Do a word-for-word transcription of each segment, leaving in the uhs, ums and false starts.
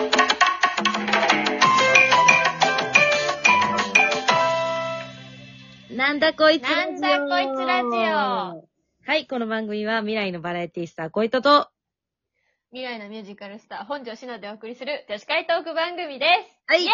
なんだこいつラジオ。 なんだこいつラジオ。 はい、この番組は未来のバラエティスターコイトと、 未来のミュージカルスター本庄しのでお送りする女子会トーク番組です。 はい。 イェイ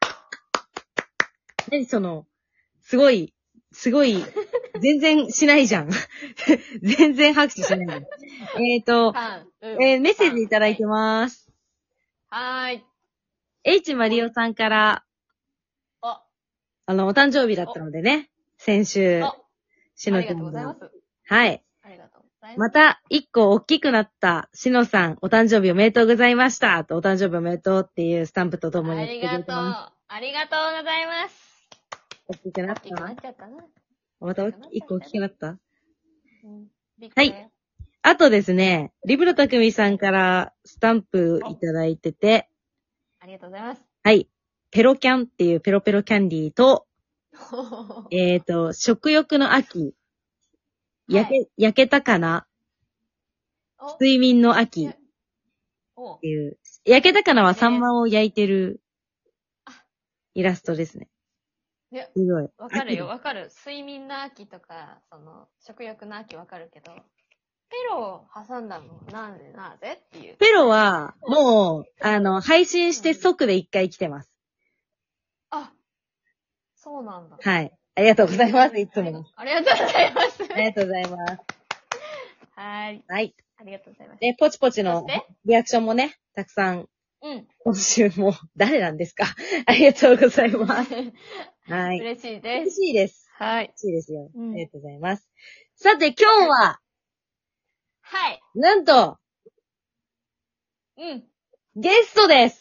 何その、すごい、すごい、全然しないじゃん。全然拍手しないじゃん。えーと、 うん、 えー、メッセージいただいてます。 はーい。 H マリオさんから、 お、 あの、お誕生日だったのでね、先週、 お、 しのありがとうちゃんが。 ございます。 はい。 ありがとうございます。 また、一個大きくなったしのさん、お誕生日おめでとうございました。と、お誕生日おめでとうっていうスタンプとともにありがとう。ありがとうございます。 大きくなっ大きくなたっちゃったな。 また一個大きくなったうん。 はい。あとですね、リブロたくみさんからスタンプいただいてて、 ありがとうございます。 はい。ペロキャンっていうペロペロキャンディーと、えっと、食欲の秋、焼け、はい、焼けたかな睡眠の秋っていう、焼けたかなはサンマを焼いてるイラストですね。 いや、 すごい。 わかるよ、わかる。睡眠の秋とか、その、食欲の秋わかるけど、ペロを挟んだのなんでなぜっていう。 ペロは、もう、あの、配信して即で一回来てます。 あ、そうなんだ。 はい。ありがとうございます、いつも。 ありがとうございます。 ありがとうございます。 はい。 はい。 ありがとうございます。 で、ポチポチのリアクションもね、たくさん。 うん。 今週も、誰なんですかありがとうございます。はい。 嬉しいです。 嬉しいです。 はい。 嬉しいですよ。 うん、 ありがとうございます。さて、今日は、 はい。 なんと、 うん。 ゲストです。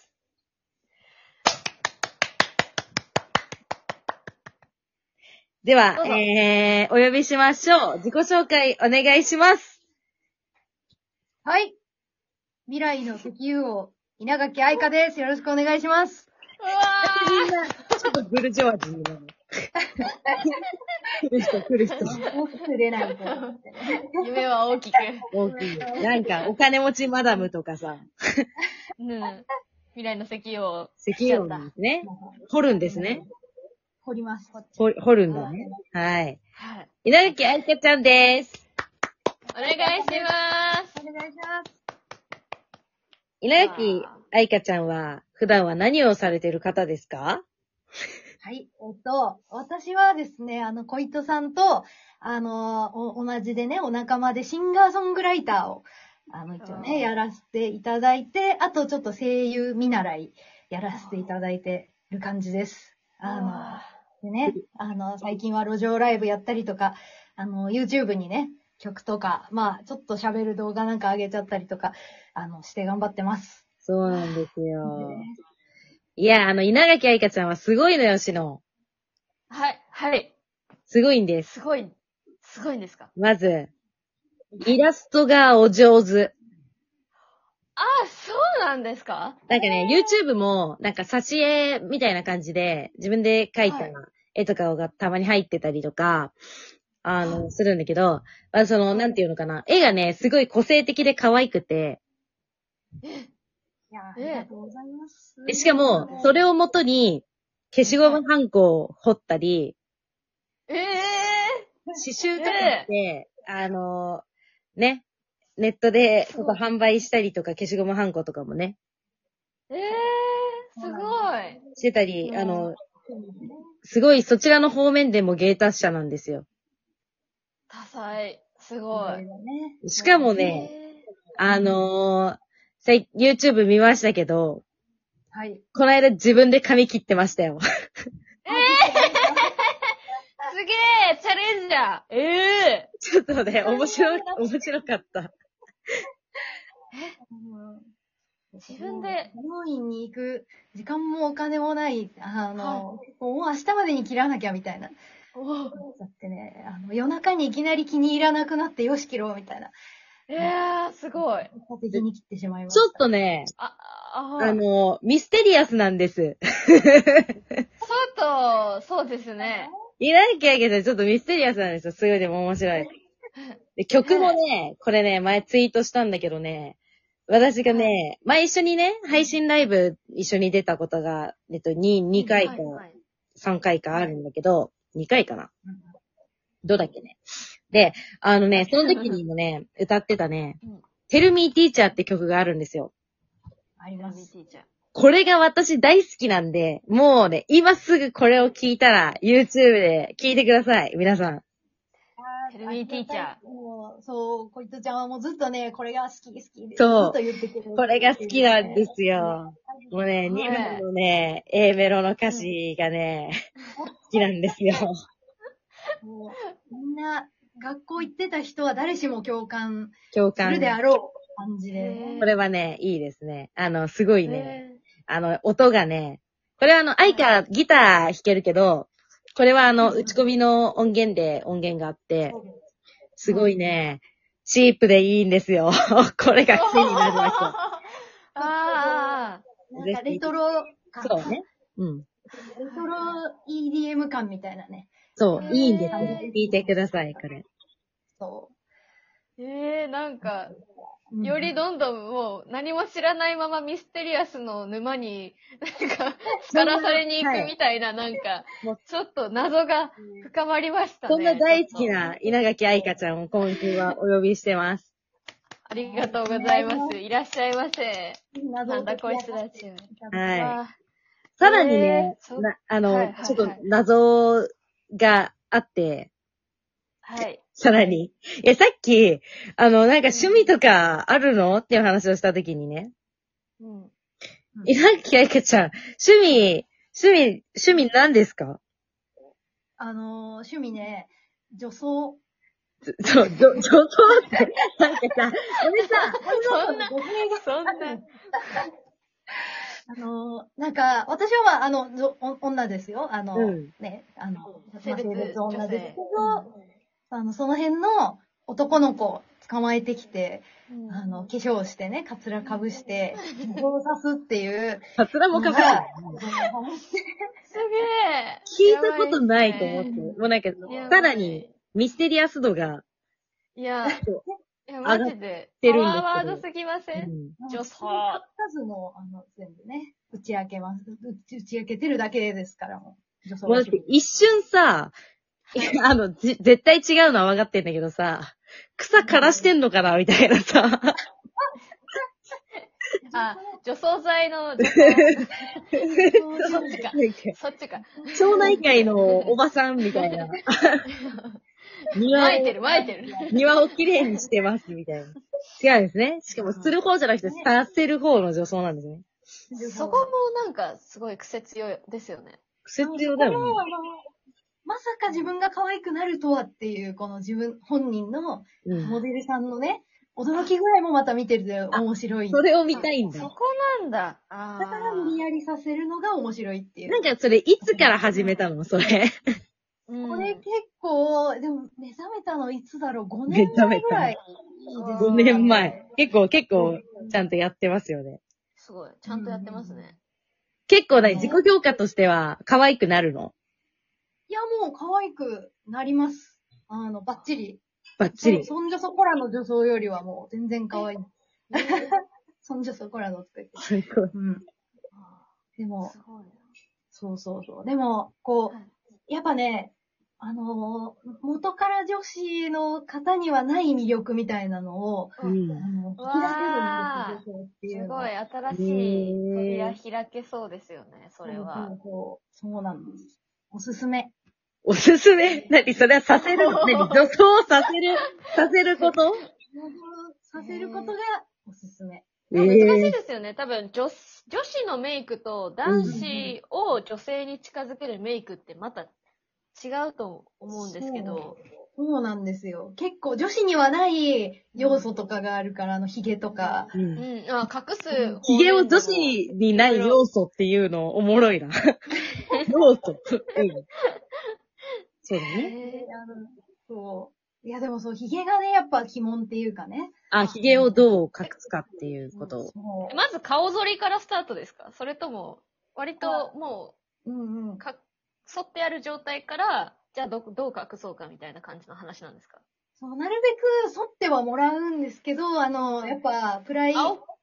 では、えー、お呼びしましょう。自己紹介お願いします。 はい。未来の石油王、稲垣愛香です。よろしくお願いします。 うわー。ちょっとブルジョワジーなの。来る人来る人。 大きく出ないと。 夢は大きく。 大きい。なんか、お金持ちマダムとかさ。 うん。未来の石油王。 石油王なんですね。掘るんですね。 掘ります。 掘、掘るんだね。はい。 はい。 稲垣愛香ちゃんです。 お願いします。 お願いします。 稲垣愛香ちゃんは、普段は何をされている方ですか？ はい。えっと、私はですね、あの、小糸さんと、あの、同じでね、お仲間でシンガーソングライターを、あの、一応ね、やらせていただいて、あとちょっと声優見習いやらせていただいてる感じです。あの、でね、あの、最近は路上ライブやったりとか、あの、YouTube にね、曲とか、まあ、ちょっと喋る動画なんか上げちゃったりとか、あの、して頑張ってます。 そうなんですよ。いや、あの、稲垣愛香ちゃんはすごいのよ、しの。 はい、はい。 すごいんです。 すごい、すごいんですか？ まず、イラストがお上手。 ああ、そうなんですか？ なんかね、YouTube も、なんか挿絵みたいな感じで、自分で描いた絵とかがたまに入ってたりとか、あの、するんだけど、まあ、その、なんていうのかな、絵がね、すごい個性的で可愛くて、 いや、ありがとうございます。 でしかも、それをもとに、消しゴムハンコを彫ったり、 ええー、刺繍とかって、えー、あの、ね、ネットでとか販売したりとか、消しゴムハンコとかもね。 ええー、すごい。 してたり、あの、すごいそちらの方面でも芸達者なんですよ。 多彩。すごい。しかもね、あのー、YouTube 見ましたけど、 はい。 この間自分で髪切ってましたよ。 ええー、すげえチャレンジャーええー、ちょっとね、面白い、面白かった。 え自分で。 美容院に行く時間もお金もない、あの、はい、もう明日までに切らなきゃみたいな。 おだってね、あの、夜中にいきなり気に入らなくなってよし切ろうみたいな。 ええー、すごい。 的に切ってしまいました。 ちょっとね、 あ、あ、 あの、ミステリアスなんです。 ちょっと、そうですね。 いなきゃいけないちょっとミステリアスなんですよ。すごいでも面白い。で曲もね、これね、前ツイートしたんだけどね、 私がね、前一緒にね、配信ライブ一緒に出たことが、えっと、に、にかいかはいはいさんかいかあるんだけど、にかいかな。 うんどうだっけね。で、あのね、その時にもね、歌ってたね、Tell Me Teacher って曲があるんですよ。 あります。 ティーチャー。 これが私大好きなんで、もうね、今すぐこれを聞いたら、YouTube で聞いてください。皆さん。 テルミーティーチャー。 もう、そう、こいとちゃんはもうずっとね、これが好き好きで、 そうずっと言ってくれる。 これが好きなんですよ。もうね、にばんのね、A メロの歌詞がね、好きなんですよ。 もう、みんな、学校行ってた人は誰しも共感す共感。 るであろう感じで。 へーこれはね、いいですね。あの、すごいね、 へあの、音がね、これはあの、アイカギター弾けるけど、これはあの、打ち込みの音源で音源があって、すごいね、チープでいいんですよ。これが癖になるわああなんかレトロけ。 感。 そうね。うん。 レトロ イーディーエム 感みたいなね。 そう、 へーいいんですよ。聞いてください、これ。 そー。ええー、なんか、 う。 よりどんどんもう何も知らないままミステリアスの沼に、なんか、浸らされに行くみたいな、なんか、 もうちょっと謎が深まりましたね。 そんな大好きちょっな稲垣愛香ちゃんを今週はお呼びしてます。 とありがとうございます。いらっしゃいませ。 謎なんだこいつたち。 はいわさらにえね、 ーそなあの、 はいはいはいちょっと謎があって、 はい。 さらに。え、さっき、あの、なんか趣味とかあるのっていう話をしたときにね、 うん。 稲垣愛香ちゃん、趣味、趣味、趣味何ですか？ あのー、趣味ね、女装。 そう、女、女装って、なんかさ、俺さ、 そんな、 語弊がそんな。 あのー、なんか、私はまあ、あの、ぞお女ですよ。あの、 うんね、あの、まあ性別性別女ですけど、 女あの、その辺の男の子を捕まえてきて、 うんあの、化粧してね、カツラかぶして、女装さすっていうカツラもかかが、 る。 そのハマってすげえ。 聞いたことないと思って。 やばいっすねもうなんか、 やばいさらに、ミステリアス度が、 いや、 そういや、マジで。 てパるんですけどワーワードすぎません、 うん女装。 数も、あの、全部ね、打ち明けます。打ち打ち明けてるだけですから、もう。女装もうだって一瞬さ、あの、じ絶対違うのは分かってんだけどさ、草枯らしてんのかなみたいなさ。 あ、除草剤の除草。そっちか。そっちか。 町内会のおばさんみたいな。庭を撒いてる、撒いてる。 庭をきれいにしてます、みたいな。違うんですね。しかも、する方じゃなくて、させる方の女装なんですね。 そこもなんか、すごい癖強いですよね。 癖強だよね。 まさか自分が可愛くなるとはっていう、この自分、本人のうん。 モデルさんのね、驚きぐらいもまた見てるで面白い。 それを見たいんだ。 そこなんだ。あだから無理やりさせるのが面白いっていう。 なんか、それ、いつから始めたのそれ。 うん、 これ結構、でも目覚めたのいつだろう ?ご 年前ぐらいです。 ごねんまえ。結構、結構、ちゃんとやってますよね。 すごい。ちゃんとやってますね。 結構ね、自己評価としては、可愛くなるの。 いや、もう可愛くなります。あの、バッチリ。 バッチリ。 そんじょそこらの女装よりはもう全然可愛い。そんじょそこらのって言って。 すごい。 うん。でもす、ごいな。 そうそうそう。でも、こはう、やっぱね、あのー元から女子の方にはない魅力みたいなのを、 うんあ。の、引き出せるんですよ、 わー女装っていうすのは。 ごい新しい扉開けそうですよね、それは。 そうそうそう。そうなんです。おすすめ。 おすすめ何それはさせるの何女装させるさせること想像させることがおすすめ。 でも難しいえですよね。多分女子、女子のメイクと男子を女性に近づけるメイクってまた違うと思うんですけど。 そうなんですよ。結構女子にはない要素とかがあるから、あの、髭とか。 ーう。 うんん。あ、隠す。 髭を女子にない要素っていうのおもろいな。要素。うん。そうだね。 へあのそう。いや、でもそう、髭がね、やっぱ鬼門っていうかね。 あ、髭をどう隠すかっていうこと。 そうーまず顔剃りからスタートですか？それとも、割ともうんうんう、。か、剃ってある状態から、じゃあど、どう隠そうかみたいな感じの話なんですか？ そう、なるべく剃ってはもらうんですけど、あの、やっぱ、プライ、 青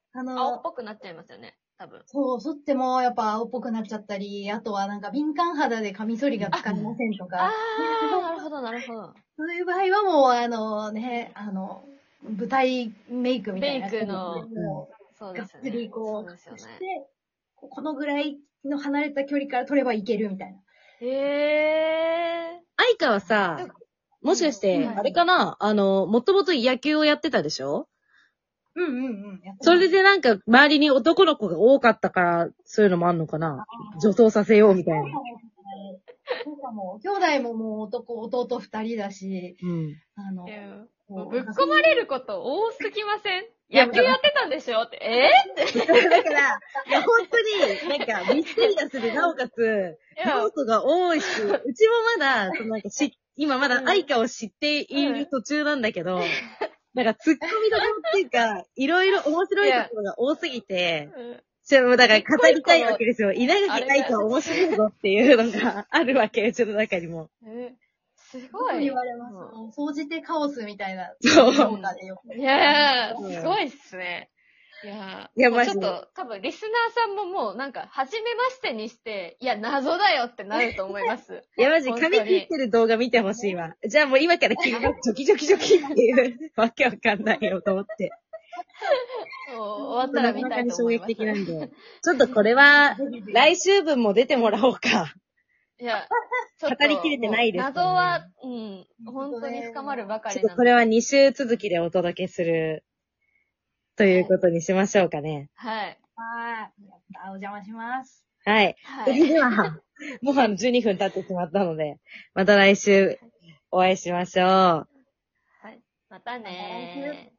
あの、 青っぽくなっちゃいますよね。多分。 そう、剃ってもやっぱ青っぽくなっちゃったり、あとはなんか敏感肌でカミソリが使えませんとあか、 ー、なるほど、なるほど。 そういう場合はもうあのね、あの、舞台メイクみたいな。 メイクのもそうう、がっつですよね。 りこう、 そうですよしてね。、 このぐらいの離れた距離から撮ればいけるみたいな。 へ愛花はさ、もしかして、 うんあれかな、あの、もともと野球をやってたでしょ？ うんうんうん。やってますそれでなんか、周りに男の子が多かったから、そういうのもあんのかな？女装させようみたいな。 そうかも。兄弟ももう男、弟二人だし、 うん。 あの、 ー。 こうぶっ込まれること多すぎません？ や野球やってたんでしょって。えだから、いや、本当に、なんか、ミステリアスで、なおかつ、 いや要素が多いし、うちもまだ、そのなんかし、今まだ愛花を知っている途中なんだけど、なんか、突っ込みどころっていうか、いろいろ面白いところが多すぎて、 うんそれもだから語りたいわけですよ。稲垣愛花面白いぞっていうのがあるわけ、うちの中にも。 えすよごい。 く言われます。もう総じてカオスみたいな。 そう評価でよく。 いやうんー、すごいっすね。いやー、 いやマジもうちょっと、多分リスナーさんももうなんか、初めましてにして、いや、謎だよってなると思います。 いや、マジ、 本当に髪切ってる動画見てほしいわ。じゃあもう今から切ります。ジョキジョキジョキっていう、わけわかんないよと思って。 もう終わったら見たいと思います。 なかなかに衝撃的なんで。ちょっとこれは、来週分も出てもらおうか。 いや、ちょっと語りきれてないですもう謎は、うん、本当に深まるばかりなので。 ちょっとこれはに週続きでお届けする、ということにしましょうかね。 はい。 はい。やった。お邪魔します。 はい。 はい。 それでは、もうあのじゅうにふん経ってしまったので、また来週お会いしましょう。 はい。またねー。